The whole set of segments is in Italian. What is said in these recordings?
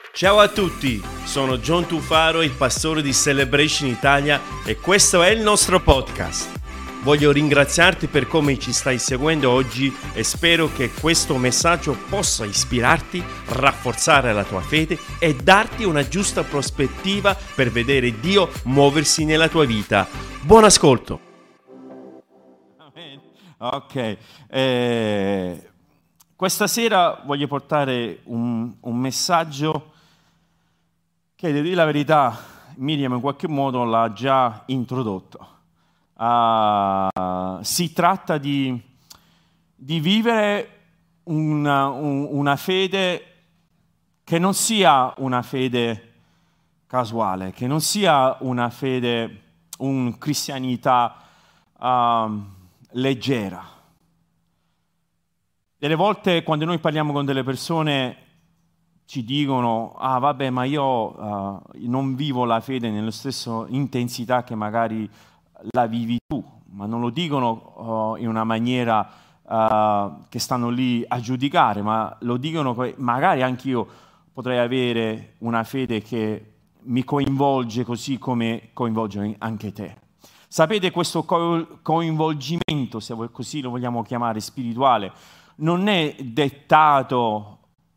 Ciao a tutti, sono John Tufaro, il pastore di Celebration Italia e questo è il nostro podcast. Voglio ringraziarti per come ci stai seguendo oggi e spero che questo messaggio possa ispirarti, rafforzare la tua fede e darti una giusta prospettiva per vedere Dio muoversi nella tua vita. Buon ascolto! Ok, questa sera voglio portare un messaggio che, devo dire la verità, Miriam in qualche modo l'ha già introdotto. Si tratta di vivere una fede che non sia una fede casuale, che non sia una fede, un cristianità leggera. Delle volte quando noi parliamo con delle persone ci dicono vabbè, ma io non vivo la fede nella stessa intensità che magari la vivi tu, ma non lo dicono in una maniera che stanno lì a giudicare, ma lo dicono che magari anch'io potrei avere una fede che mi coinvolge così come coinvolge anche te. Sapete, questo coinvolgimento, se così lo vogliamo chiamare, spirituale, non è dettato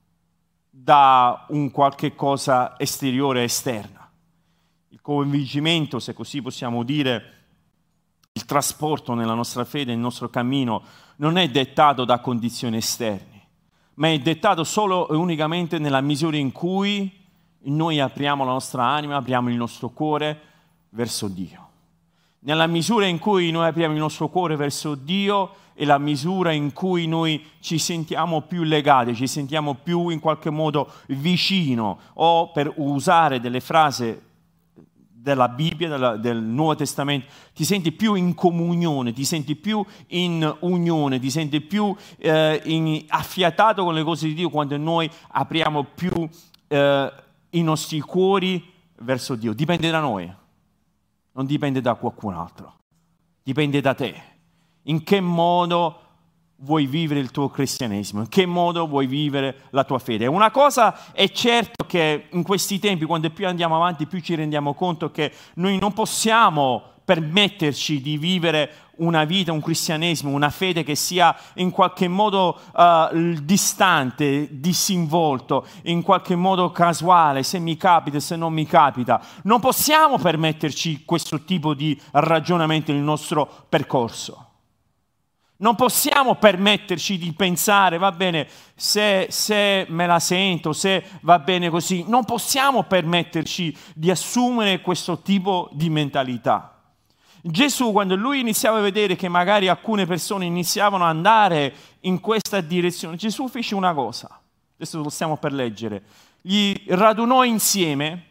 da un qualche cosa esteriore, esterna. Il coinvolgimento, se così possiamo dire, il trasporto nella nostra fede, il nostro cammino, non è dettato da condizioni esterne, ma è dettato solo e unicamente nella misura in cui noi apriamo la nostra anima, apriamo il nostro cuore verso Dio. Nella misura in cui noi apriamo il nostro cuore verso Dio è la misura in cui noi ci sentiamo più legati, ci sentiamo più in qualche modo vicino, o per usare delle frasi della Bibbia, del Nuovo Testamento, ti senti più in comunione, ti senti più in unione, ti senti più affiatato con le cose di Dio quando noi apriamo più i nostri cuori verso Dio. Dipende da noi, non dipende da qualcun altro, dipende da te. In che modo vuoi vivere il tuo cristianesimo? In che modo vuoi vivere la tua fede? Una cosa è certo che in questi tempi, quando più andiamo avanti, più ci rendiamo conto che noi non possiamo permetterci di vivere una vita, un cristianesimo, una fede che sia in qualche modo distante, disinvolto, in qualche modo casuale, se mi capita, se non mi capita. Non possiamo permetterci questo tipo di ragionamento nel nostro percorso. Non possiamo permetterci di pensare, va bene, se me la sento, se va bene così. Non possiamo permetterci di assumere questo tipo di mentalità. Gesù, quando lui iniziava a vedere che magari alcune persone iniziavano ad andare in questa direzione, Gesù fece una cosa. Adesso lo stiamo per leggere. Li radunò insieme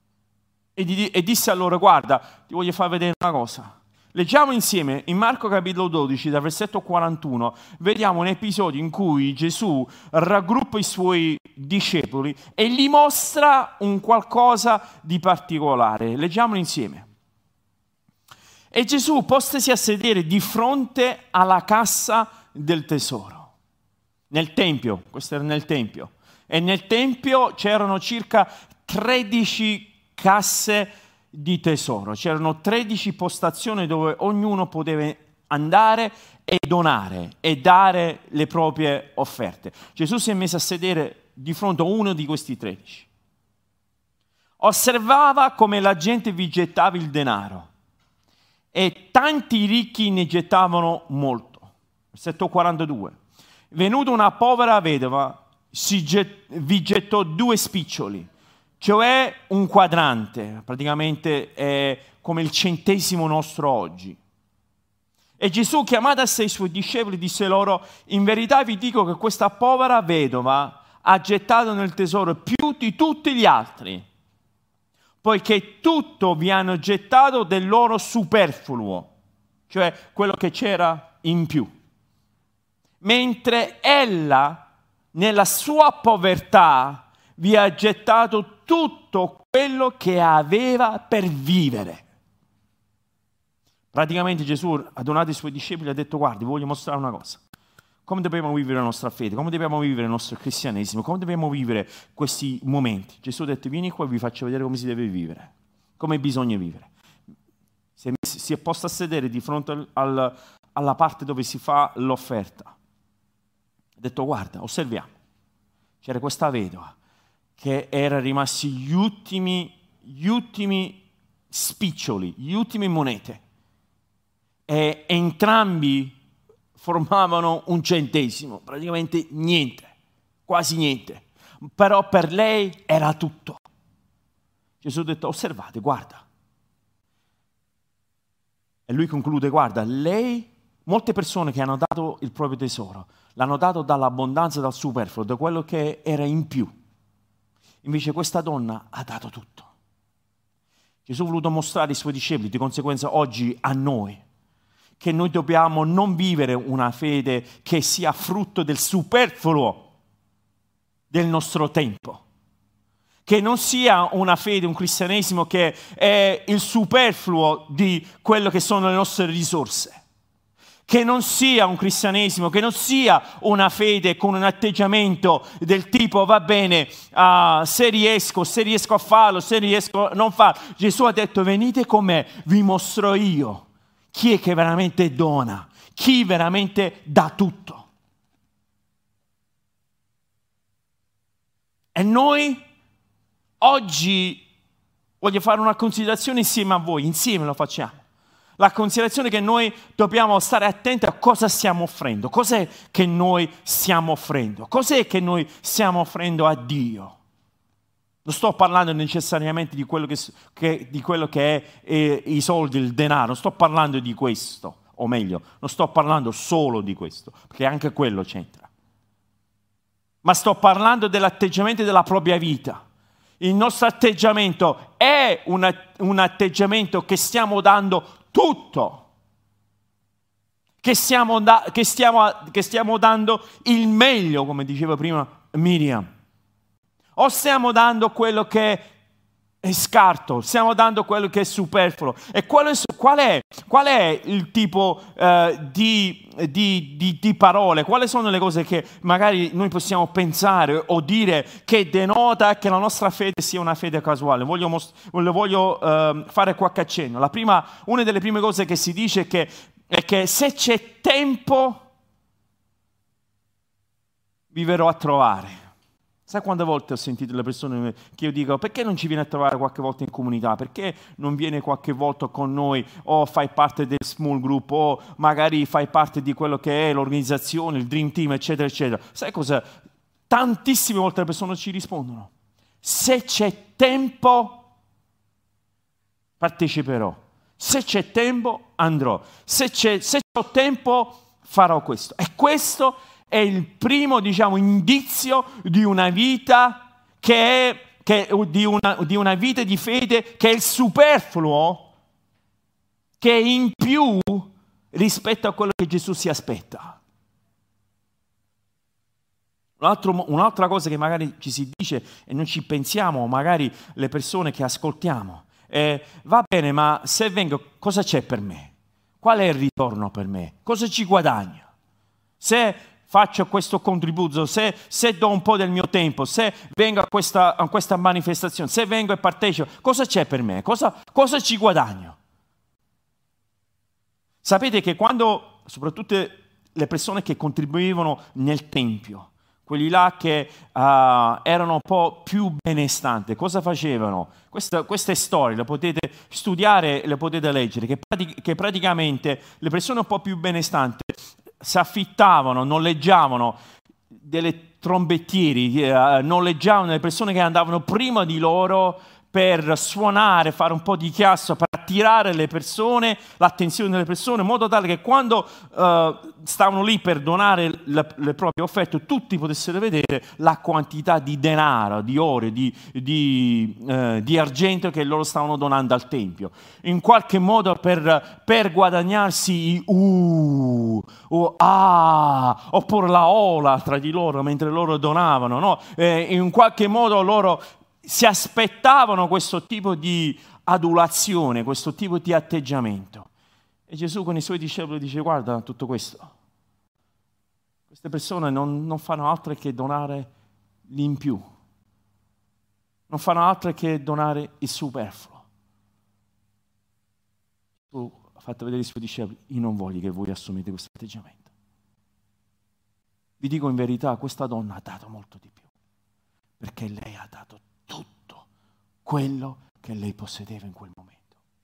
e disse a loro: guarda, ti voglio far vedere una cosa. Leggiamo insieme in Marco capitolo 12, dal versetto 41, vediamo un episodio in cui Gesù raggruppa i suoi discepoli e gli mostra un qualcosa di particolare. Leggiamolo insieme. E Gesù, postasi a sedere di fronte alla cassa del tesoro, nel Tempio, questo era nel Tempio, e nel Tempio c'erano circa 13 casse di tesoro, c'erano 13 postazioni dove ognuno poteva andare e donare e dare le proprie offerte. Gesù si è messo a sedere di fronte a uno di questi 13. Osservava come la gente vi gettava il denaro e tanti ricchi ne gettavano molto. Versetto 42. Venuta una povera vedova, vi gettò 2 spiccioli, cioè un quadrante, praticamente è come il centesimo nostro oggi. E Gesù, chiamata a sé i suoi discepoli, disse loro: in verità vi dico che questa povera vedova ha gettato nel tesoro più di tutti gli altri, poiché tutto vi hanno gettato del loro superfluo, cioè quello che c'era in più. Mentre ella, nella sua povertà, vi ha gettato tutto quello che aveva per vivere. Praticamente Gesù ha donato ai suoi discepoli e ha detto: guardi, voglio mostrare una cosa. come dobbiamo vivere la nostra fede, come dobbiamo vivere il nostro cristianesimo, come dobbiamo vivere questi momenti. Gesù ha detto: vieni qua e vi faccio vedere come si deve vivere, come bisogna vivere. Si è posto a sedere di fronte alla parte dove si fa l'offerta. Ha detto: guarda, osserviamo. C'era questa vedova che era rimasti gli ultimi spiccioli, gli ultimi monete, e entrambi formavano un centesimo, praticamente niente, quasi niente, però per lei era tutto. Gesù ha detto: osservate, guarda. E lui conclude: guarda, lei, molte persone che hanno dato il proprio tesoro, l'hanno dato dall'abbondanza, dal superfluo, da quello che era in più. Invece questa donna ha dato tutto. Gesù ha voluto mostrare ai suoi discepoli, di conseguenza oggi a noi, che noi dobbiamo non vivere una fede che sia frutto del superfluo del nostro tempo, che non sia una fede, un cristianesimo che è il superfluo di quello che sono le nostre risorse, che non sia un cristianesimo, che non sia una fede con un atteggiamento del tipo: va bene, se riesco a farlo, se riesco a non farlo. Gesù ha detto: venite con me, vi mostro io chi è che veramente dona, chi veramente dà tutto. E noi oggi voglio fare una considerazione insieme a voi, insieme lo facciamo. La considerazione che noi dobbiamo stare attenti a cosa stiamo offrendo, cos'è che noi stiamo offrendo, cos'è che noi stiamo offrendo a Dio. Non sto parlando necessariamente di quello che è i soldi, il denaro, non sto parlando di questo, o meglio, non sto parlando solo di questo, perché anche quello c'entra. Ma sto parlando dell'atteggiamento della propria vita. Il nostro atteggiamento è un atteggiamento che stiamo dando tutto, che stiamo dando il meglio, come diceva prima Miriam, o stiamo dando quello che è scarto, stiamo dando quello che è superfluo. E qual è il tipo di parole, quali sono le cose che magari noi possiamo pensare o dire che denota che la nostra fede sia una fede casuale? Voglio fare qualche accenno. Una delle prime cose che si dice è che se c'è tempo vi verrò a trovare. Sai quante volte ho sentito le persone che io dico: perché non ci vieni a trovare qualche volta in comunità? Perché non vieni qualche volta con noi, o fai parte del small group, o magari fai parte di quello che è l'organizzazione, il dream team, eccetera, eccetera. Sai cosa? Tantissime volte le persone ci rispondono: se c'è tempo parteciperò, se c'è tempo andrò, se ho tempo farò questo. E questo è il primo, indizio di una vita di una vita di fede che è il superfluo, che è in più rispetto a quello che Gesù si aspetta. Un'altra cosa che magari ci si dice e non ci pensiamo, magari le persone che ascoltiamo, è: va bene, ma se vengo, cosa c'è per me? Qual è il ritorno per me? Cosa ci guadagno? Se faccio questo contributo, se do un po' del mio tempo, se vengo a questa manifestazione, se vengo e partecipo, cosa c'è per me? Cosa ci guadagno? Sapete che quando, soprattutto le persone che contribuivano nel Tempio, quelli là che erano un po' più benestanti, cosa facevano? Queste storie le potete studiare, le potete leggere, che praticamente le persone un po' più benestanti si affittavano, noleggiavano delle trombettieri, noleggiavano le persone che andavano prima di loro per suonare, fare un po' di chiasso, per attirare le persone, l'attenzione delle persone, in modo tale che quando stavano lì per donare le proprie offerte, tutti potessero vedere la quantità di denaro, di oro, di argento che loro stavano donando al Tempio. In qualche modo per guadagnarsi oppure la ola tra di loro mentre loro donavano, no? In qualche modo loro si aspettavano questo tipo di adulazione, questo tipo di atteggiamento. E Gesù con i suoi discepoli dice: guarda tutto questo, Queste persone non fanno altro che donare l'in più, non fanno altro che donare il superfluo. Tu hai fatto vedere ai suoi discepoli, io non voglio che voi assumete questo atteggiamento. Vi dico in verità, questa donna ha dato molto di più, perché lei ha dato tutto quello che lei possedeva in quel momento.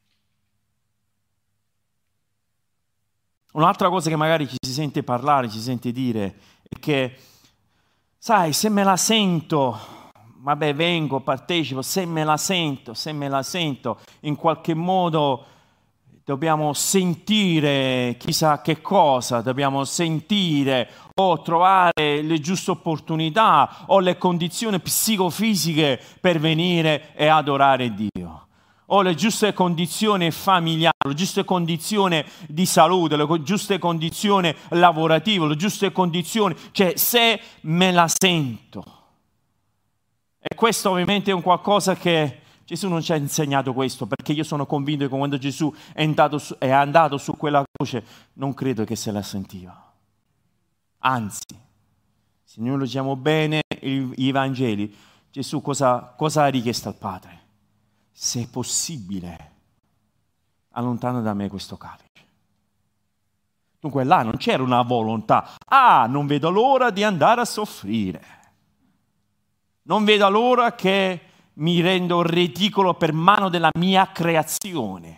Un'altra cosa che magari ci si sente parlare, ci si sente dire, è che, sai, se me la sento, vabbè, vengo, partecipo, se me la sento, in qualche modo dobbiamo sentire chissà che cosa, dobbiamo sentire o trovare le giuste opportunità o le condizioni psicofisiche per venire e adorare Dio. O le giuste condizioni familiari, le giuste condizioni di salute, le giuste condizioni lavorative, le giuste condizioni, cioè se me la sento. E questo ovviamente è un qualcosa che Gesù non ci ha insegnato questo, perché io sono convinto che quando Gesù è andato su quella croce, non credo che se la sentiva. Anzi, se noi leggiamo bene i Vangeli, Gesù cosa ha richiesto al Padre? Se è possibile, allontana da me questo calice. Dunque là non c'era una volontà. Non vedo l'ora di andare a soffrire. Non vedo l'ora che mi rendo ridicolo per mano della mia creazione.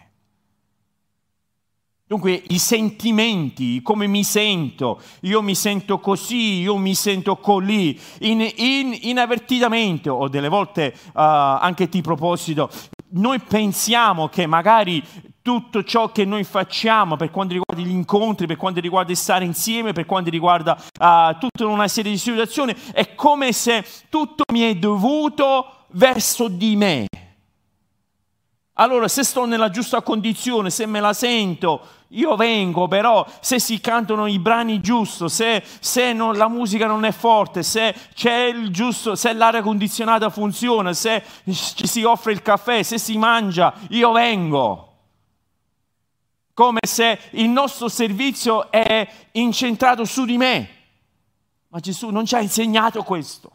Dunque i sentimenti, come mi sento, io mi sento così, io mi sento colì, inavvertitamente, o delle volte anche di proposito, noi pensiamo che magari tutto ciò che noi facciamo per quanto riguarda gli incontri, per quanto riguarda stare insieme, per quanto riguarda tutta una serie di situazioni, è come se tutto mi è dovuto verso di me. Allora, se sto nella giusta condizione, se me la sento, io vengo, però se si cantano i brani giusti, se la musica non è forte, se c'è il giusto, se l'aria condizionata funziona, se ci si offre il caffè, se si mangia, io vengo. Come se il nostro servizio è incentrato su di me. Ma Gesù non ci ha insegnato questo.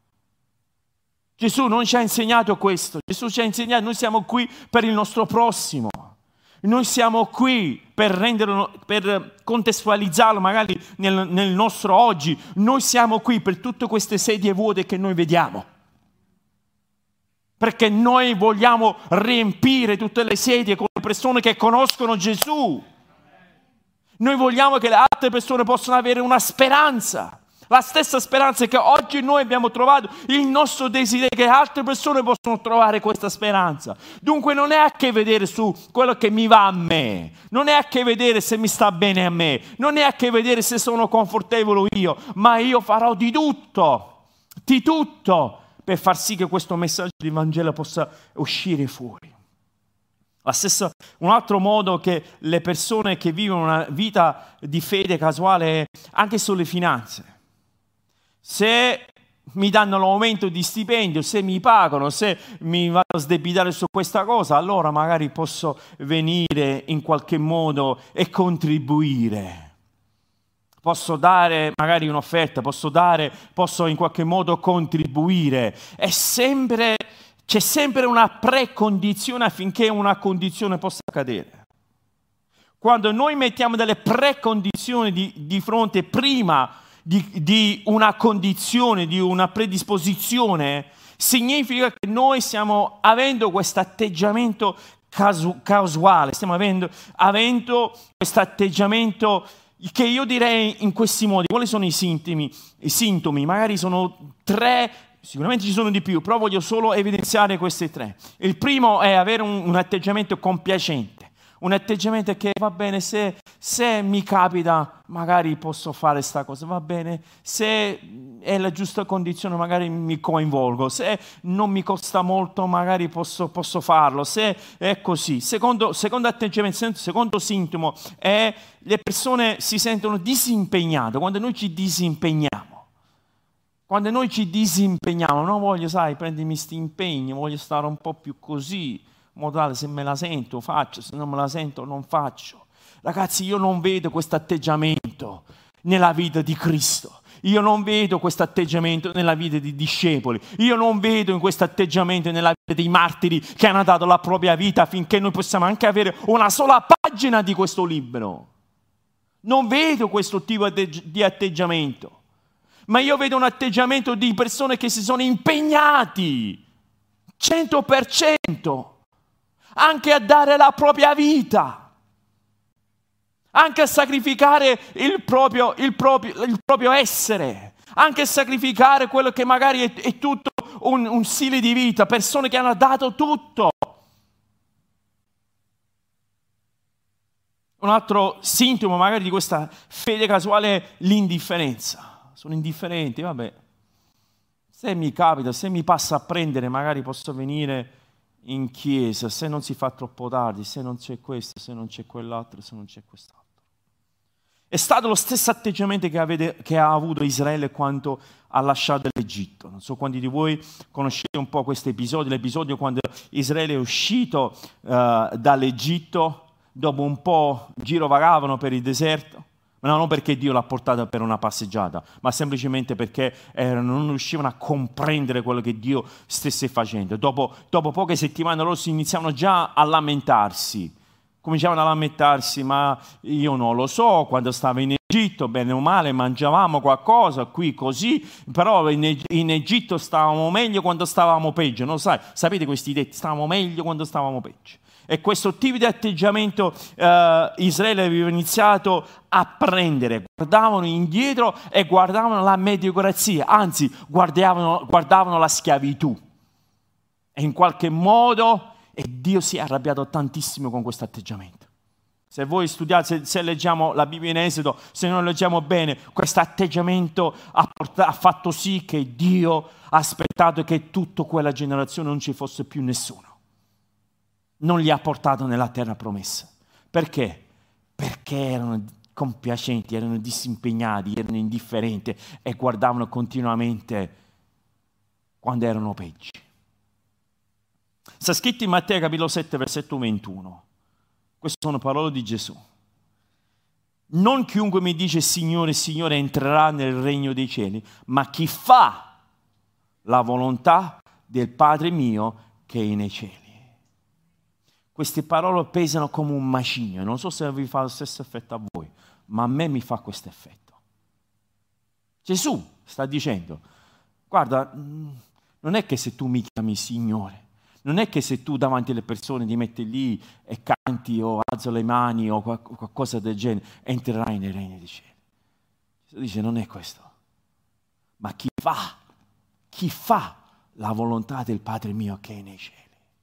Gesù non ci ha insegnato questo. Gesù ci ha insegnato, noi siamo qui per il nostro prossimo. Noi siamo qui per contestualizzarlo magari nel nostro oggi. Noi siamo qui per tutte queste sedie vuote che noi vediamo. Perché noi vogliamo riempire tutte le sedie con le persone che conoscono Gesù. Noi vogliamo che le altre persone possano avere una speranza. La stessa speranza che oggi noi abbiamo trovato, il nostro desiderio è che altre persone possano trovare questa speranza. Dunque non è a che vedere su quello che mi va a me, non è a che vedere se mi sta bene a me, non è a che vedere se sono confortevole io, ma io farò di tutto per far sì che questo messaggio di Vangelo possa uscire fuori. Un altro modo che le persone che vivono una vita di fede casuale è anche sulle finanze. Se mi danno l'aumento di stipendio, se mi pagano, se mi vado a sdebitare su questa cosa, allora magari posso venire in qualche modo e contribuire. Posso dare magari un'offerta, posso in qualche modo contribuire. C'è sempre una precondizione affinché una condizione possa accadere. Quando noi mettiamo delle precondizioni di fronte prima di una condizione, di una predisposizione, significa che noi stiamo avendo questo atteggiamento casuale, stiamo avendo questo atteggiamento che io direi in questi modi. Quali sono i sintomi? Magari sono 3, sicuramente ci sono di più, però voglio solo evidenziare questi 3. Il primo è avere un atteggiamento compiacente. Un atteggiamento che va bene, se mi capita magari posso fare sta cosa, va bene, se è la giusta condizione magari mi coinvolgo, se non mi costa molto magari posso farlo, se è così. Secondo atteggiamento, secondo sintomo è le persone si sentono disimpegnate quando noi ci disimpegniamo. Quando noi ci disimpegniamo, non voglio, prendermi sti impegni, voglio stare un po' più così, in modo tale se me la sento faccio, se non me la sento non faccio. Ragazzi, io non vedo questo atteggiamento nella vita di Cristo. Io non vedo questo atteggiamento nella vita dei discepoli. Io non vedo in questo atteggiamento nella vita dei martiri che hanno dato la propria vita affinché noi possiamo anche avere una sola pagina di questo libro. Non vedo questo tipo di atteggiamento. Ma io vedo un atteggiamento di persone che si sono impegnati 100% anche a dare la propria vita, anche a sacrificare il proprio essere, anche a sacrificare quello che magari è tutto un stile di vita, persone che hanno dato tutto. Un altro sintomo magari di questa fede casuale è l'indifferenza. Sono indifferenti, vabbè, se mi capita, se mi passa a prendere, magari posso venire in chiesa, se non si fa troppo tardi, se non c'è questo, se non c'è quell'altro, se non c'è quest'altro. È stato lo stesso atteggiamento che ha avuto Israele quando ha lasciato l'Egitto. Non so quanti di voi conoscete un po' questo episodio, l'episodio quando Israele è uscito dall'Egitto, dopo un po' girovagavano per il deserto. Ma non perché Dio l'ha portata per una passeggiata, ma semplicemente perché non riuscivano a comprendere quello che Dio stesse facendo. Dopo poche settimane loro si iniziavano già a lamentarsi. Cominciavano a lamentarsi, ma io non lo so, quando stavo in Egitto, bene o male, mangiavamo qualcosa, qui così, però in Egitto stavamo meglio quando stavamo peggio. Non sapete questi detti, stavamo meglio quando stavamo peggio. E questo tipo di atteggiamento Israele aveva iniziato a prendere, guardavano indietro e guardavano la mediocrazia, anzi guardavano la schiavitù. E in qualche modo Dio si è arrabbiato tantissimo con questo atteggiamento. Se voi studiate, se leggiamo la Bibbia in Esodo, se non leggiamo bene, questo atteggiamento ha fatto sì che Dio ha aspettato che tutta quella generazione non ci fosse più nessuno. Non li ha portato nella terra promessa. Perché? Perché erano compiacenti, erano disimpegnati, erano indifferenti e guardavano continuamente quando erano peggi. Sta scritto in Matteo capitolo 7, versetto 21. Queste sono parole di Gesù. Non chiunque mi dice Signore, Signore entrerà nel regno dei cieli, ma chi fa la volontà del Padre mio che è nei cieli. Queste parole pesano come un macigno. Non so se vi fa lo stesso effetto a voi, ma a me mi fa questo effetto. Gesù sta dicendo, guarda, non è che se tu mi chiami Signore, non è che se tu davanti alle persone ti metti lì e canti o alzo le mani o qualcosa del genere, entrerai nei regni dei cieli. Gesù dice, non è questo. Ma chi fa la volontà del Padre mio che è nei cieli.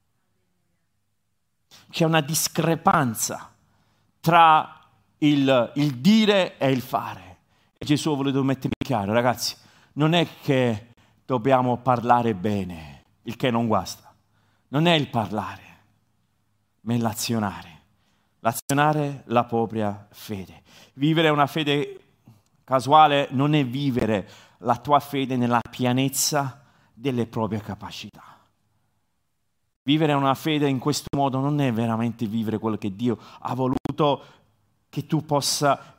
C'è una discrepanza tra il dire e il fare. E Gesù ha voluto mettere chiaro, ragazzi, non è che dobbiamo parlare bene, il che non guasta. Non è il parlare, ma è l'azionare. L'azionare la propria fede. Vivere una fede casuale non è vivere la tua fede nella pienezza delle proprie capacità. Vivere una fede in questo modo non è veramente vivere quello che Dio ha voluto che tu possa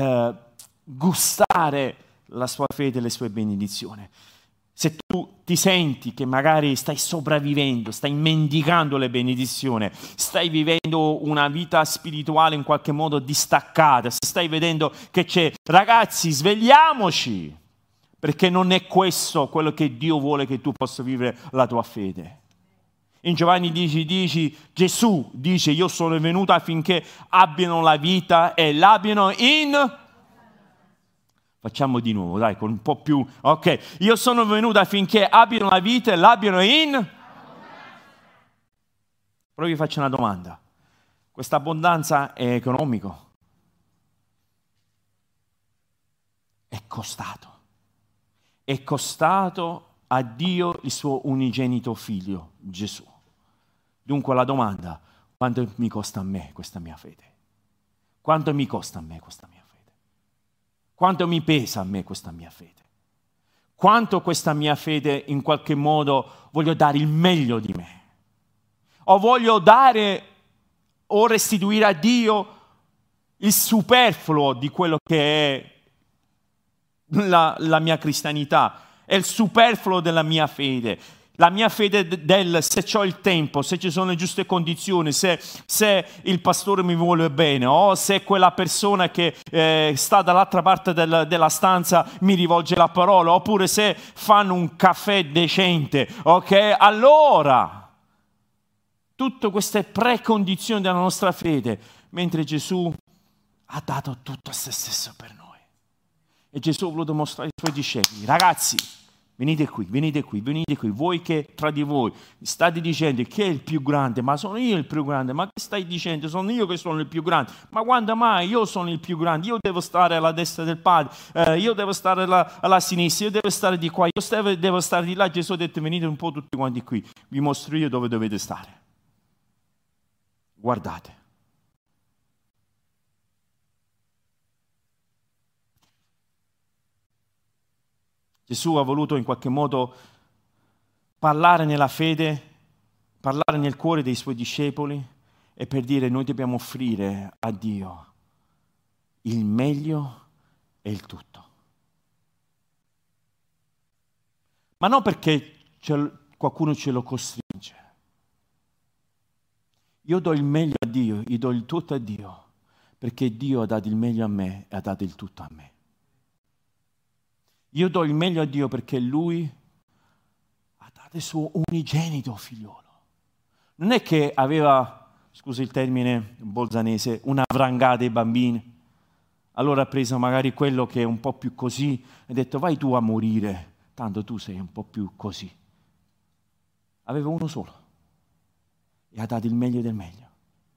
gustare la sua fede e le sue benedizioni. Se tu ti senti che magari stai sopravvivendo, stai mendicando le benedizioni, stai vivendo una vita spirituale in qualche modo distaccata, se stai vedendo che c'è, ragazzi, svegliamoci, perché non è questo quello che Dio vuole che tu possa vivere la tua fede. In Giovanni 10:10 Gesù dice, io sono venuto affinché abbiano la vita e l'abbiano in... Facciamo di nuovo, dai, con un po' più... Ok, io sono venuto affinché abbiano la vita e l'abbiano in... Però vi faccio una domanda. Questa abbondanza è economico? È costato. È costato a Dio il suo unigenito figlio, Gesù. Dunque la domanda, quanto mi costa a me questa mia fede? Quanto mi costa a me questa mia fede? Quanto mi pesa a me questa mia fede? Quanto questa mia fede in qualche modo voglio dare il meglio di me? O voglio dare o restituire a Dio il superfluo di quello che è la mia cristianità, è il superfluo della mia fede. La mia fede se ho il tempo, se ci sono le giuste condizioni, se il pastore mi vuole bene, o se quella persona che sta dall'altra parte della stanza mi rivolge la parola, oppure se fanno un caffè decente, ok? Allora, tutte queste precondizioni della nostra fede, mentre Gesù ha dato tutto a se stesso per noi. E Gesù ha voluto mostrare ai suoi discepoli: ragazzi, venite qui, voi che tra di voi state dicendo che è il più grande, ma sono io il più grande, ma che stai dicendo? Sono io che sono il più grande, ma quando mai io sono il più grande? Io devo stare alla destra del Padre, io devo stare alla sinistra, io devo stare di qua, io devo stare di là. Gesù ha detto: venite un po' tutti quanti qui, vi mostro io dove dovete stare. Guardate. Gesù ha voluto in qualche modo parlare nella fede, parlare nel cuore dei suoi discepoli, e per dire: noi dobbiamo offrire a Dio il meglio e il tutto. Ma non perché qualcuno ce lo costringe. Io do il meglio a Dio, io do il tutto a Dio, perché Dio ha dato il meglio a me e ha dato il tutto a me. Io do il meglio a Dio perché Lui ha dato il suo unigenito figliolo. Non è che aveva, scusa il termine bolzanese, una vrangata dei bambini. Allora ha preso magari quello che è un po' più così e ha detto: vai tu a morire, tanto tu sei un po' più così. Aveva uno solo e ha dato il meglio del meglio.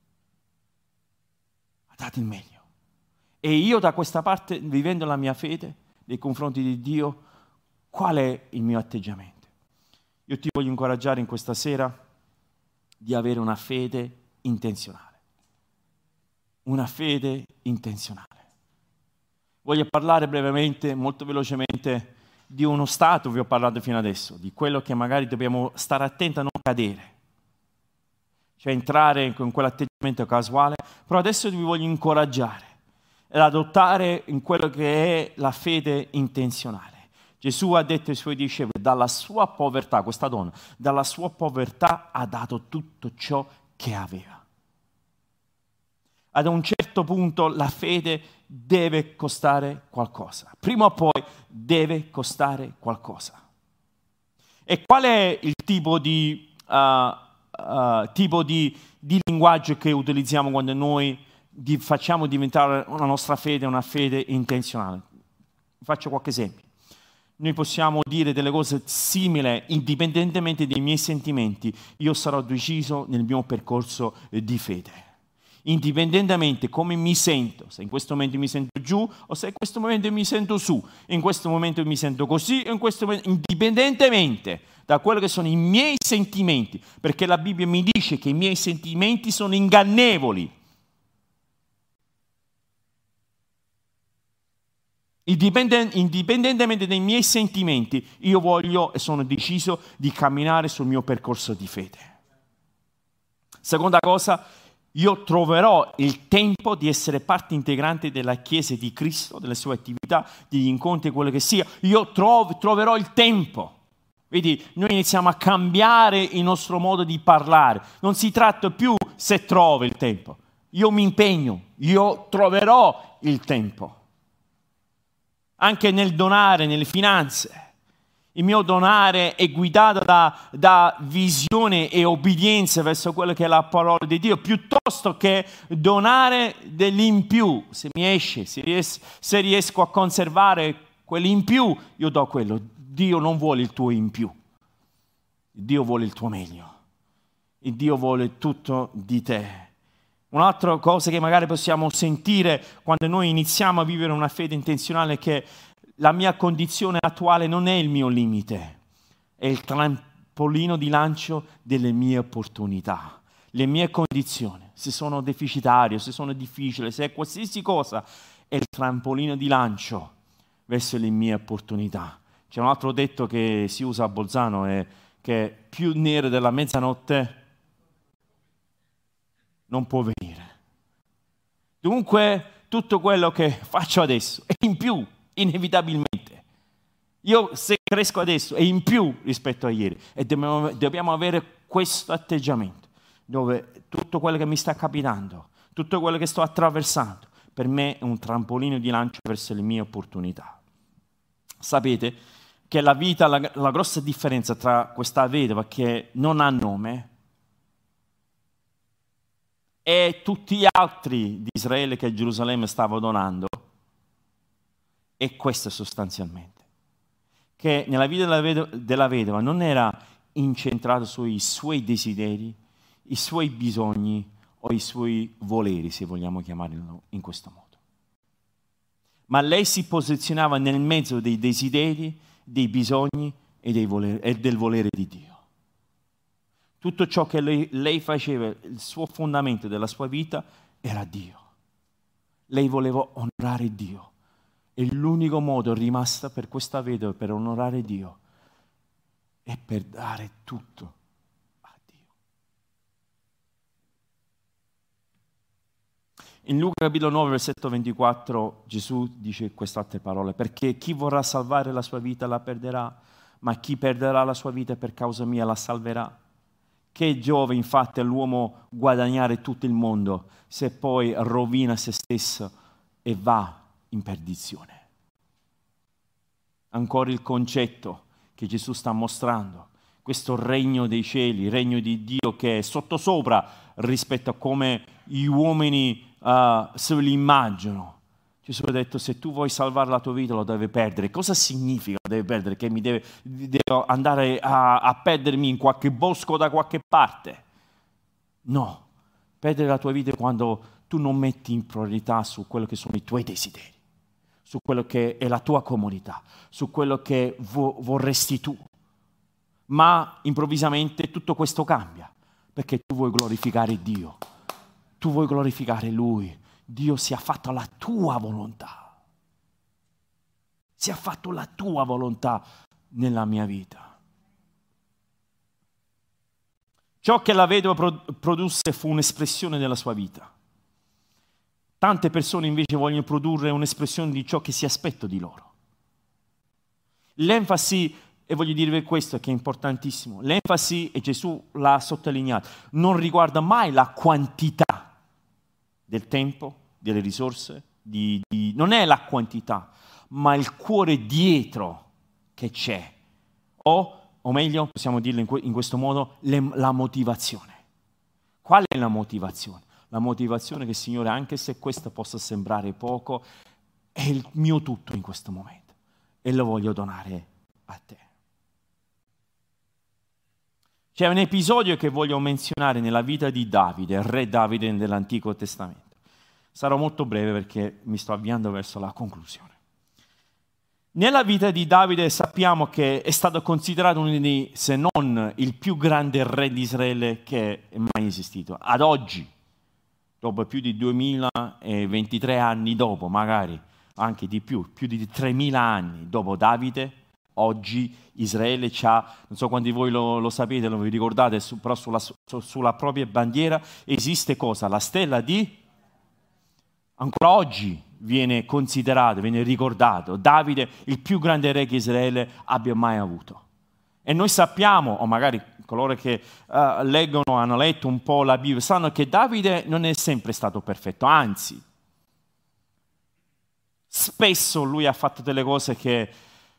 Ha dato il meglio. E io da questa parte, vivendo la mia fede nei confronti di Dio, qual è il mio atteggiamento? Io ti voglio incoraggiare in questa sera di avere una fede intenzionale. Una fede intenzionale. Voglio parlare brevemente, molto velocemente, di uno stato, vi ho parlato fino adesso, di quello che magari dobbiamo stare attenti a non cadere. Cioè entrare con quell'atteggiamento casuale, però adesso vi voglio incoraggiare ad adottare in quello che è la fede intenzionale. Gesù ha detto ai suoi discepoli: dalla sua povertà, questa donna, dalla sua povertà ha dato tutto ciò che aveva. Ad un certo punto la fede deve costare qualcosa. Prima o poi deve costare qualcosa. E qual è il tipo di linguaggio che utilizziamo quando noi facciamo diventare la nostra fede una fede intenzionale? Faccio qualche esempio. Noi possiamo dire delle cose simili, indipendentemente dai miei sentimenti. Io sarò deciso nel mio percorso di fede. Indipendentemente come mi sento, se in questo momento mi sento giù o se in questo momento mi sento su, in questo momento mi sento così, in questo momento, indipendentemente da quello che sono i miei sentimenti, perché la Bibbia mi dice che i miei sentimenti sono ingannevoli. Indipendentemente dai miei sentimenti, io voglio e sono deciso di camminare sul mio percorso di fede. Seconda cosa, io troverò il tempo di essere parte integrante della Chiesa di Cristo, delle sue attività, degli incontri, quello che sia. Io troverò il tempo. Vedi, noi iniziamo a cambiare il nostro modo di parlare. Non si tratta più se trovo il tempo. Io mi impegno, io troverò il tempo. Anche nel donare, nelle finanze. Il mio donare è guidato da visione e obbedienza verso quello che è la parola di Dio, piuttosto che donare dell'in più. Se mi esce, se riesco a conservare quell'in più, io do quello. Dio non vuole il tuo in più. Dio vuole il tuo meglio. E Dio vuole tutto di te. Un'altra cosa che magari possiamo sentire quando noi iniziamo a vivere una fede intenzionale è che la mia condizione attuale non è il mio limite, è il trampolino di lancio delle mie opportunità. Le mie condizioni, se sono deficitario, se sono difficile, se è qualsiasi cosa, è il trampolino di lancio verso le mie opportunità. C'è un altro detto che si usa a Bolzano, è che più nero della mezzanotte non può venire. Dunque, tutto quello che faccio adesso è in più, inevitabilmente, Io se cresco adesso è in più rispetto a ieri e dobbiamo avere questo atteggiamento dove tutto quello che mi sta capitando, tutto quello che sto attraversando, per me è un trampolino di lancio verso le mie opportunità. Sapete che la vita, la grossa differenza tra questa vedova che non ha nome e tutti gli altri di Israele che Gerusalemme stava donando è questa sostanzialmente. Che nella vita della vedova non era incentrato sui suoi desideri, i suoi bisogni o i suoi voleri, se vogliamo chiamarlo in questo modo. Ma lei si posizionava nel mezzo dei desideri, dei bisogni e del volere di Dio. Tutto ciò che lei faceva, il suo fondamento della sua vita era Dio. Lei voleva onorare Dio. E l'unico modo rimasto per questa vedova per onorare Dio è per dare tutto a Dio. In Luca capitolo 9, versetto 24, Gesù dice queste altre parole: perché chi vorrà salvare la sua vita la perderà, ma chi perderà la sua vita per causa mia la salverà. Che giove infatti all'uomo guadagnare tutto il mondo se poi rovina se stesso e va in perdizione. Ancora il concetto che Gesù sta mostrando, questo regno dei cieli, il regno di Dio che è sottosopra rispetto a come gli uomini se lo immaginano. Gesù ha detto: se tu vuoi salvare la tua vita lo devi perdere. Cosa significa devi perdere? Che devo andare a perdermi in qualche bosco da qualche parte? No, perdere la tua vita è quando tu non metti in priorità su quello che sono i tuoi desideri, su quello che è la tua comodità, su quello che vorresti tu. Ma improvvisamente tutto questo cambia, perché tu vuoi glorificare Dio, tu vuoi glorificare Lui. Dio si è fatto la tua volontà, si è fatto la tua volontà nella mia vita. Ciò che la vedova produsse fu un'espressione della sua vita. Tante persone invece vogliono produrre un'espressione di ciò che si aspetta di loro. L'enfasi, e voglio dirvi questo che è importantissimo, l'enfasi, e Gesù l'ha sottolineato, non riguarda mai la quantità del tempo, delle risorse, non è la quantità, ma il cuore dietro che c'è. O meglio, possiamo dirlo in questo modo, la motivazione. Qual è la motivazione? La motivazione che, Signore, anche se questo possa sembrare poco, è il mio tutto in questo momento e lo voglio donare a te. C'è un episodio che voglio menzionare nella vita di Davide, il re Davide dell'Antico Testamento. Sarò molto breve perché mi sto avviando verso la conclusione. Nella vita di Davide sappiamo che è stato considerato uno dei, se non il più grande re di Israele che è mai esistito. Ad oggi, dopo più di 2023 anni dopo, magari anche di più di 3000 anni dopo Davide, oggi Israele c'ha, non so quanti di voi lo sapete, lo vi ricordate, però sulla propria bandiera esiste cosa? La stella di... Ancora oggi viene considerato, viene ricordato Davide il più grande re che Israele abbia mai avuto. E noi sappiamo, o magari coloro che leggono, hanno letto un po' la Bibbia, sanno che Davide non è sempre stato perfetto, anzi, spesso lui ha fatto delle cose che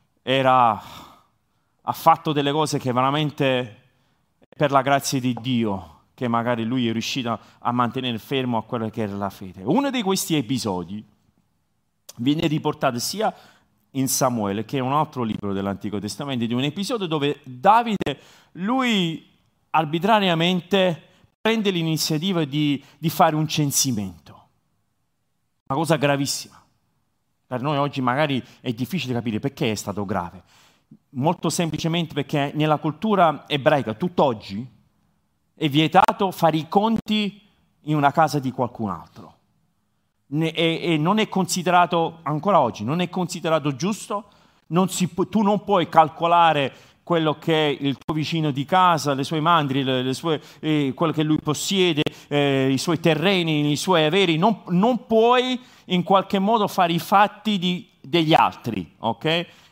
ha fatto delle cose che veramente per la grazia di Dio, che magari lui è riuscito a mantenere fermo a quella che era la fede. Uno di questi episodi viene riportato sia in Samuele, che è un altro libro dell'Antico Testamento, di un episodio dove Davide, lui arbitrariamente prende l'iniziativa di fare un censimento. Una cosa gravissima. Per noi oggi magari è difficile capire perché è stato grave. Molto semplicemente perché nella cultura ebraica, tutt'oggi, è vietato fare i conti in una casa di qualcun altro. E non è considerato, ancora oggi, non è considerato giusto, tu non puoi calcolare quello che è il tuo vicino di casa, le sue mandrie, quello che lui possiede, i suoi terreni, i suoi averi, non puoi in qualche modo fare i fatti degli altri, ok?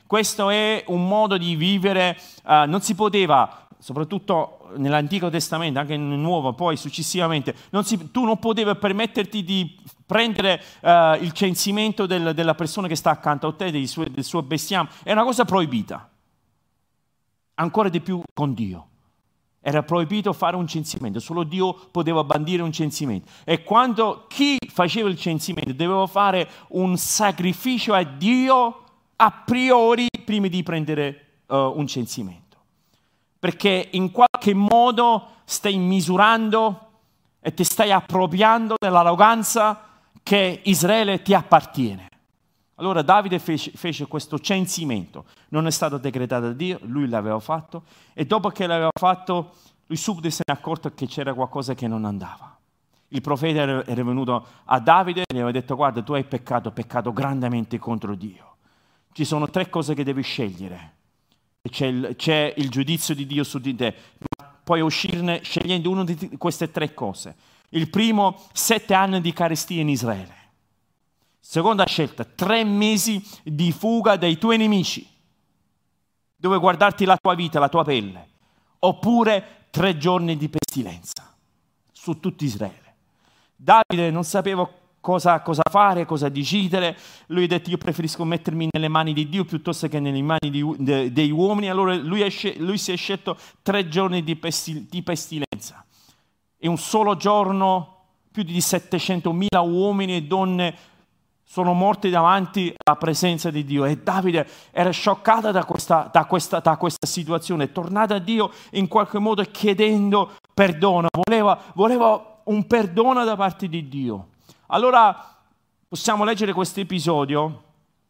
Questo è un modo di vivere, non si poteva, soprattutto nell'Antico Testamento, anche nel Nuovo, poi successivamente, tu non potevi permetterti di prendere il censimento della persona che sta accanto a te, del suo bestiame. È una cosa proibita. Ancora di più con Dio. Era proibito fare un censimento, solo Dio poteva bandire un censimento. E quando chi faceva il censimento doveva fare un sacrificio a Dio a priori prima di prendere un censimento. Perché in qualche modo stai misurando e ti stai appropriando dell'arroganza che Israele ti appartiene. Allora Davide fece questo censimento, non è stato decretato da Dio, lui l'aveva fatto e dopo che l'aveva fatto lui subito se ne è accorto che c'era qualcosa che non andava. Il profeta era venuto a Davide e gli aveva detto: guarda, tu hai peccato grandemente contro Dio. Ci sono 3 cose che devi scegliere. C'è il giudizio di Dio su di te, ma puoi uscirne scegliendo una di queste 3 cose. Il primo, 7 anni di carestia in Israele. Seconda scelta, 3 mesi di fuga dai tuoi nemici, dove guardarti la tua vita, la tua pelle, oppure 3 giorni di pestilenza su tutto Israele. Davide non sapeva cosa fare, cosa decidere. Lui ha detto: io preferisco mettermi nelle mani di Dio piuttosto che nelle mani degli uomini. Allora lui si è scelto 3 giorni di pestilenza. In un solo giorno più di 700.000 uomini e donne sono morti davanti alla presenza di Dio. E Davide era scioccato da questa situazione. È tornato a Dio in qualche modo chiedendo perdono. Voleva un perdono da parte di Dio. Allora possiamo leggere questo episodio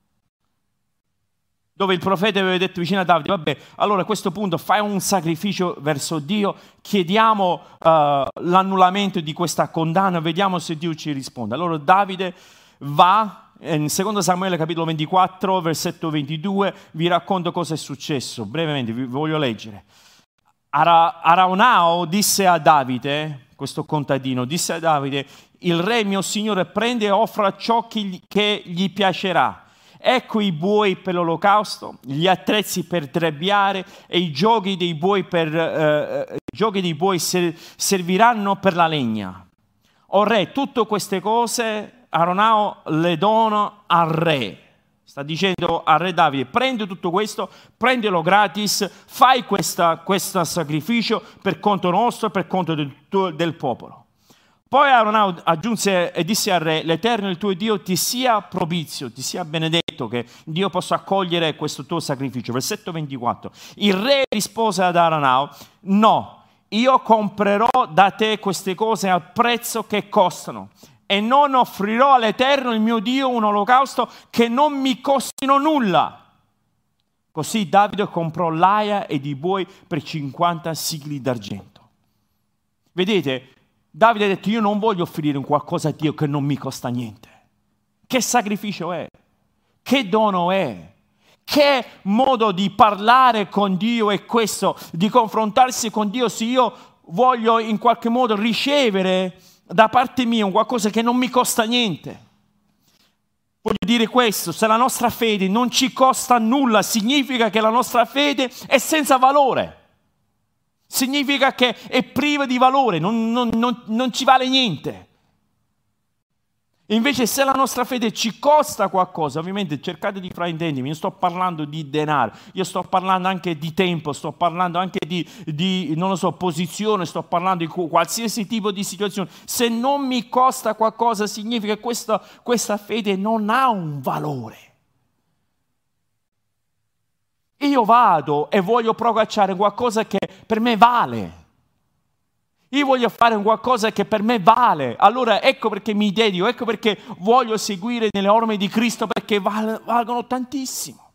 dove il profeta aveva detto vicino a Davide: vabbè, allora a questo punto fai un sacrificio verso Dio, chiediamo l'annullamento di questa condanna, vediamo se Dio ci risponde. Allora Davide va, in 2 Samuele capitolo 24, versetto 22, vi racconto cosa è successo, brevemente, vi voglio leggere. Araunao disse a Davide, questo contadino, disse a Davide: il re mio signore prende e offra ciò che gli piacerà. Ecco i buoi per l'olocausto, gli attrezzi per trebbiare e i giochi dei buoi serviranno per la legna. O re, tutte queste cose Araunao le dono al re. Sta dicendo al re Davide: prendi tutto questo, prendilo gratis, fai questo sacrificio per conto nostro, per conto del popolo. Poi Araunao aggiunse e disse al re: l'Eterno, il tuo Dio, ti sia propizio, ti sia benedetto, che Dio possa accogliere questo tuo sacrificio. Versetto 24. Il re rispose ad Araunao: no, io comprerò da te queste cose al prezzo che costano e non offrirò all'Eterno, il mio Dio, un olocausto che non mi costino nulla. Così Davide comprò l'aia ed i buoi per 50 sicli d'argento. Vedete, Davide ha detto: io non voglio offrire un qualcosa a Dio che non mi costa niente. Che sacrificio è? Che dono è? Che modo di parlare con Dio è questo? Di confrontarsi con Dio se io voglio in qualche modo ricevere da parte mia un qualcosa che non mi costa niente. Voglio dire questo: se la nostra fede non ci costa nulla, significa che la nostra fede è senza valore. Significa che è priva di valore, non ci vale niente. Invece se la nostra fede ci costa qualcosa, ovviamente cercate di fraintendermi, non sto parlando di denaro, io sto parlando anche di tempo, sto parlando anche di non lo so, posizione, sto parlando di qualsiasi tipo di situazione. Se non mi costa qualcosa, significa che questa fede non ha un valore. Io vado e voglio procacciare qualcosa che per me vale. Io voglio fare qualcosa che per me vale. Allora ecco perché mi dedico, ecco perché voglio seguire nelle orme di Cristo, perché valgono tantissimo.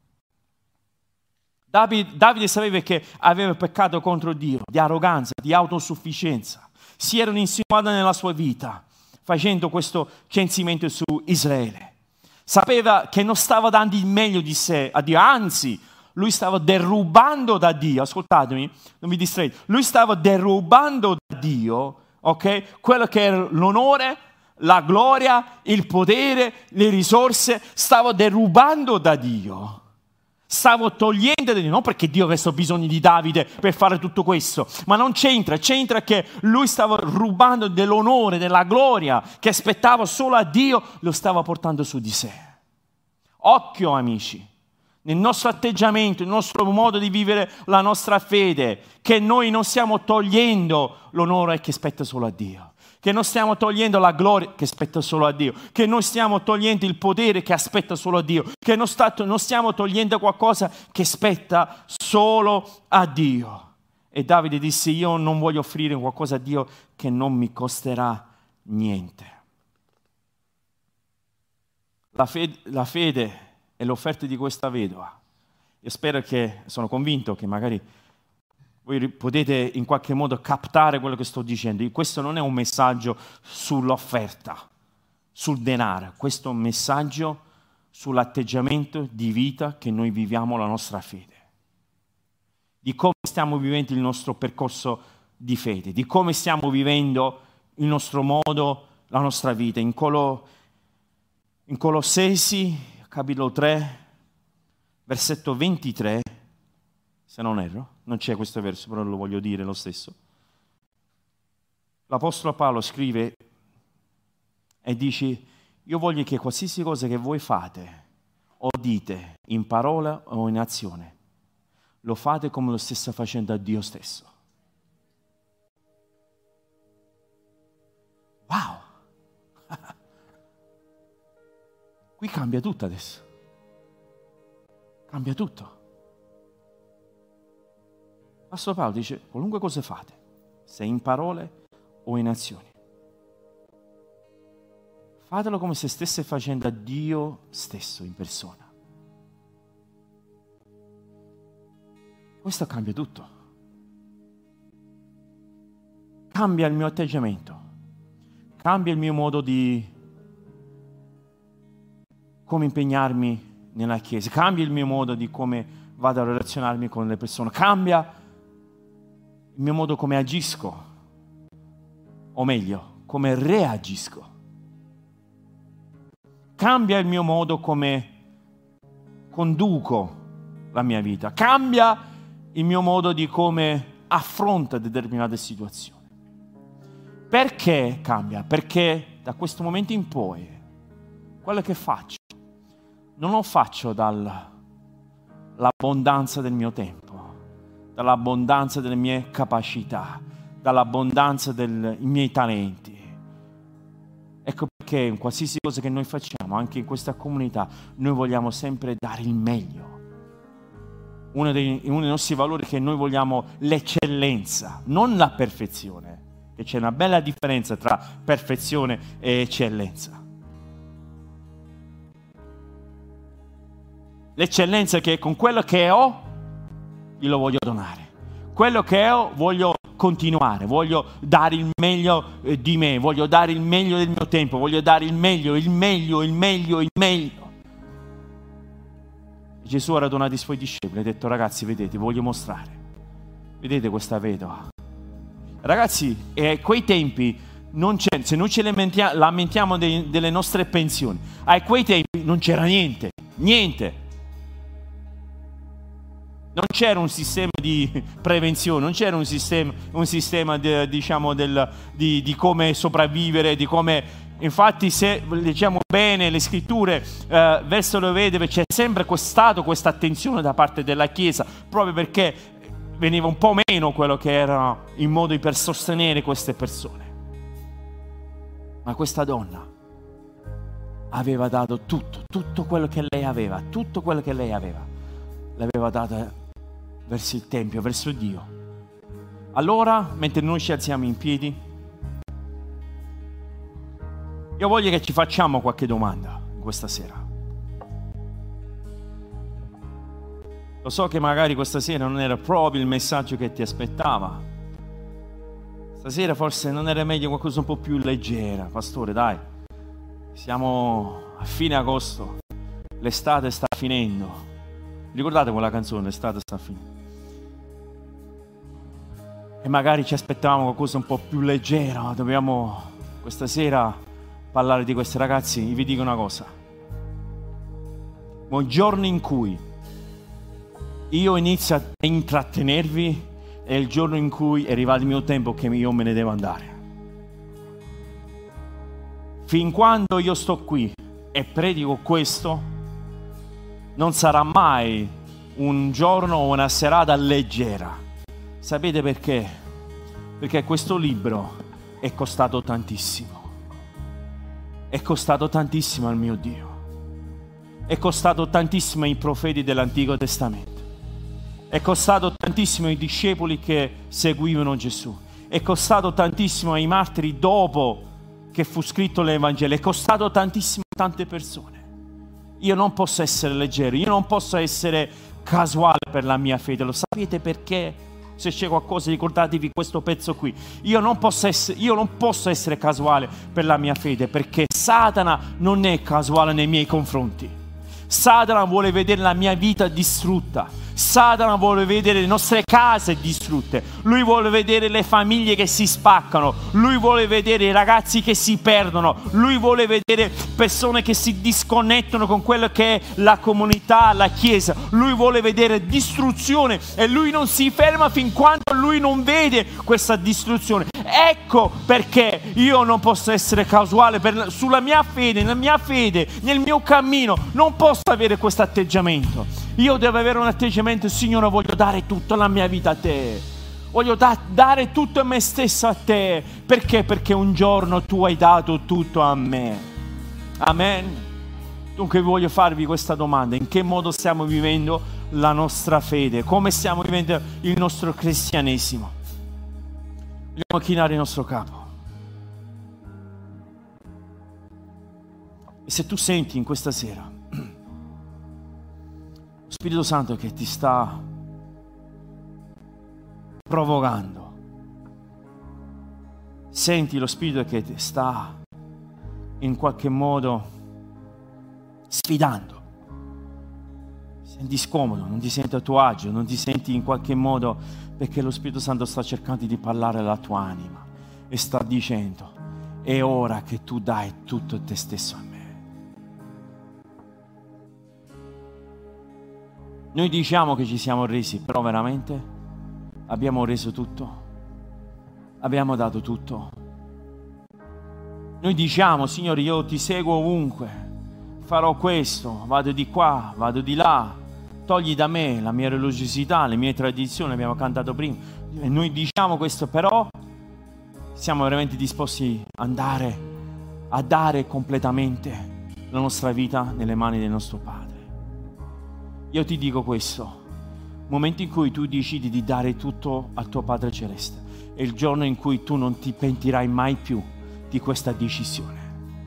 Davide sapeva che aveva peccato contro Dio, di arroganza, di autosufficienza. Si erano insinuate nella sua vita, facendo questo censimento su Israele. Sapeva che non stava dando il meglio di sé a Dio, anzi, lui stava derubando da Dio, ascoltatemi, non vi distraete, lui stava derubando da Dio, ok? Quello che era l'onore, la gloria, il potere, le risorse, stava derubando da Dio. Stavo togliendo da Dio, non perché Dio avesse bisogno di Davide per fare tutto questo, ma non c'entra che lui stava rubando dell'onore, della gloria che aspettava solo a Dio, lo stava portando su di sé. Occhio amici, nel nostro atteggiamento, nel nostro modo di vivere la nostra fede, che noi non stiamo togliendo l'onore che spetta solo a Dio, che non stiamo togliendo la gloria che spetta solo a Dio, che non stiamo togliendo il potere che aspetta solo a Dio, che non stiamo togliendo qualcosa che spetta solo a Dio. E Davide disse: io non voglio offrire qualcosa a Dio che non mi costerà niente. La fede e l'offerta di questa vedova. Io sono convinto che magari voi potete in qualche modo captare quello che sto dicendo. Questo non è un messaggio sull'offerta, sul denaro. Questo è un messaggio sull'atteggiamento di vita che noi viviamo la nostra fede. Di come stiamo vivendo il nostro percorso di fede, di come stiamo vivendo il nostro modo, la nostra vita. In Colossesi, capitolo 3, versetto 23, se non erro, non c'è questo verso, però lo voglio dire lo stesso. L'Apostolo Paolo scrive e dice: io voglio che qualsiasi cosa che voi fate o dite, in parola o in azione, lo fate come lo stesse facendo a Dio stesso. Wow! Qui cambia tutto adesso. Cambia tutto. Apostolo Paolo dice: qualunque cosa fate, se in parole o in azioni, fatelo come se stesse facendo a Dio stesso in persona. Questo cambia tutto. Cambia il mio atteggiamento, cambia il mio modo di come impegnarmi nella Chiesa, cambia il mio modo di come vado a relazionarmi con le persone, cambia il mio modo come agisco, o meglio, come reagisco. Cambia il mio modo come conduco la mia vita, cambia il mio modo di come affronto determinate situazioni. Perché cambia? Perché da questo momento in poi quello che faccio non lo faccio dall'abbondanza del mio tempo, dall'abbondanza delle mie capacità, dall'abbondanza dei miei talenti. Ecco perché in qualsiasi cosa che noi facciamo, anche in questa comunità, noi vogliamo sempre dare il meglio. Uno dei nostri valori è che noi vogliamo l'eccellenza, non la perfezione. E c'è una bella differenza tra perfezione e eccellenza. L'eccellenza che con quello che ho, io lo voglio donare. Quello che ho voglio continuare, voglio dare il meglio di me, voglio dare il meglio del mio tempo, voglio dare il meglio. Gesù ha radunati i suoi discepoli e ha detto: ragazzi, vedete, voglio mostrare. Vedete questa vedova? Ragazzi, a quei tempi non c'è, se noi ci lamentiamo delle nostre pensioni, a quei tempi non c'era niente. Non c'era un sistema di prevenzione, non c'era un sistema di come sopravvivere, di come... Infatti, se leggiamo bene le scritture, verso le vedove c'è sempre stata questa attenzione da parte della Chiesa, proprio perché veniva un po' meno quello che era il modo per sostenere queste persone. Ma questa donna aveva dato tutto quello che lei aveva, l'aveva dato verso il Tempio, verso Dio. Allora, mentre noi ci alziamo in piedi, io voglio che ci facciamo qualche domanda questa sera. Lo so che magari questa sera non era proprio il messaggio che ti aspettava. Stasera forse non era meglio qualcosa un po' più leggera. Pastore, dai, siamo a fine agosto, l'estate sta finendo. Ricordate quella canzone, l'estate sta finendo? E magari ci aspettavamo qualcosa un po' più leggera, ma dobbiamo questa sera parlare di questi ragazzi. Vi dico una cosa: un giorno in cui io inizio a intrattenervi, è il giorno in cui è arrivato il mio tempo che io me ne devo andare. Fin quando io sto qui e predico questo, non sarà mai un giorno o una serata leggera. Sapete perché? Perché questo libro è costato tantissimo. È costato tantissimo al mio Dio. È costato tantissimo ai profeti dell'Antico Testamento. È costato tantissimo ai discepoli che seguivano Gesù. È costato tantissimo ai martiri dopo che fu scritto l'Evangelo. È costato tantissimo a tante persone. Io non posso essere leggero, io non posso essere casuale per la mia fede. Lo sapete perché? Se c'è qualcosa, ricordatevi questo pezzo qui. Io non posso essere casuale per la mia fede, perché Satana non è casuale nei miei confronti. Satana vuole vedere la mia vita distrutta. Satana vuole vedere le nostre case distrutte. Lui vuole vedere le famiglie che si spaccano. Lui vuole vedere i ragazzi che si perdono. Lui vuole vedere persone che si disconnettono con quello che è la comunità, la chiesa. Lui vuole vedere distruzione e lui non si ferma fin quando lui non vede questa distruzione. Ecco perché io non posso essere casuale sulla mia fede, nella mia fede, nel mio cammino. Non posso avere questo atteggiamento. Io devo avere un atteggiamento: Signore, voglio dare tutta la mia vita a te. Voglio dare tutto me stesso a te. Perché? Perché un giorno tu hai dato tutto a me. Amen. Dunque voglio farvi questa domanda: in che modo stiamo vivendo la nostra fede? Come stiamo vivendo il nostro cristianesimo? Vogliamo chinare il nostro capo. E se tu senti in questa sera lo Spirito Santo che ti sta provocando, senti lo Spirito che ti sta in qualche modo sfidando, senti scomodo, non ti senti a tuo agio, non ti senti in qualche modo, perché lo Spirito Santo sta cercando di parlare alla tua anima e sta dicendo: è ora che tu dai tutto te stesso a me. Noi diciamo che ci siamo resi, però veramente abbiamo reso tutto? Abbiamo dato tutto? Noi diciamo: Signore, io ti seguo ovunque, farò questo, vado di qua, vado di là, togli da me la mia religiosità, le mie tradizioni, abbiamo cantato prima. E noi diciamo questo, però siamo veramente disposti ad andare a dare completamente la nostra vita nelle mani del nostro Padre. Io ti dico questo: nel momento in cui tu decidi di dare tutto al tuo Padre Celeste, è il giorno in cui tu non ti pentirai mai più di questa decisione.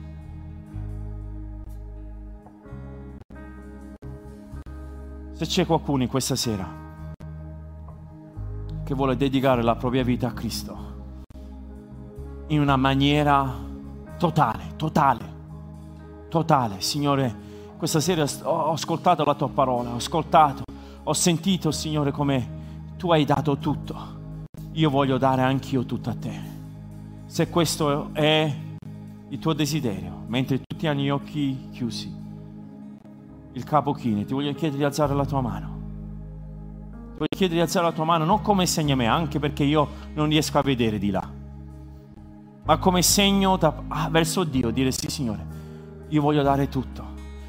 Se c'è qualcuno in questa sera che vuole dedicare la propria vita a Cristo in una maniera totale, Signore, questa sera ho ascoltato la tua parola, ho sentito, Signore, come tu hai dato tutto. Io voglio dare anch'io tutto a te. Se questo è il tuo desiderio, mentre tutti hanno gli occhi chiusi, il capo chino, ti voglio chiedere di alzare la tua mano. Ti voglio chiedere di alzare la tua mano non come segno a me, anche perché io non riesco a vedere di là, ma come segno verso Dio, dire: sì, Signore, io voglio dare tutto.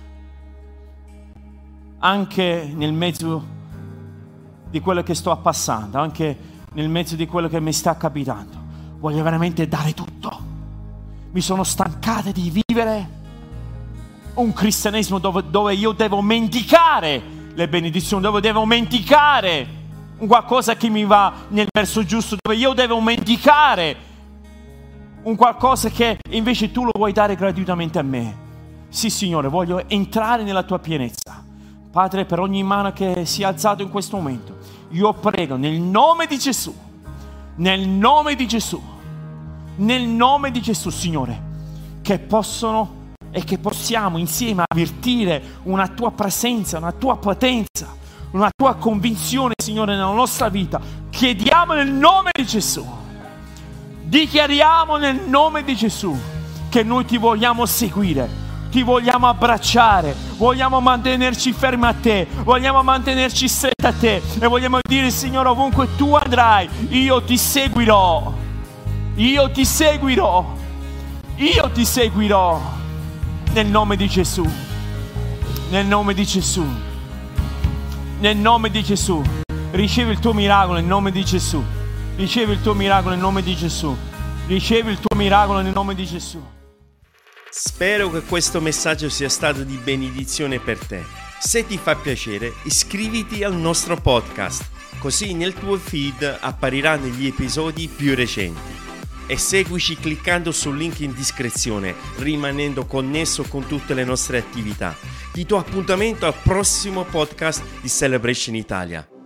Anche nel mezzo di quello che sto passando, anche nel mezzo di quello che mi sta capitando, voglio veramente dare tutto. Mi sono stancato di vivere un cristianesimo dove io devo mendicare le benedizioni, dove devo mendicare un qualcosa che mi va nel verso giusto, dove io devo mendicare un qualcosa che invece tu lo vuoi dare gratuitamente a me. Sì, Signore, voglio entrare nella tua pienezza. Padre, per ogni mano che si è alzata in questo momento, io prego nel nome di Gesù, nel nome di Gesù, Signore, che possono e che possiamo insieme avvertire una tua presenza, una tua potenza, una tua convinzione, Signore, nella nostra vita. Chiediamo nel nome di Gesù, dichiariamo nel nome di Gesù che noi ti vogliamo seguire ti vogliamo abbracciare, vogliamo mantenerci fermi a te, vogliamo mantenerci stretti a te e vogliamo dire: Signore, ovunque tu andrai, io ti seguirò, io ti seguirò, io ti seguirò, nel nome di Gesù, nel nome di Gesù, nel nome di Gesù. Ricevi il tuo miracolo nel nome di Gesù, ricevi il tuo miracolo nel nome di Gesù, ricevi il tuo miracolo nel nome di Gesù. Spero che questo messaggio sia stato di benedizione per te. Se ti fa piacere, iscriviti al nostro podcast, così nel tuo feed appariranno gli episodi più recenti. E seguici cliccando sul link in descrizione, rimanendo connesso con tutte le nostre attività. Ti do appuntamento al prossimo podcast di Celebration Italia.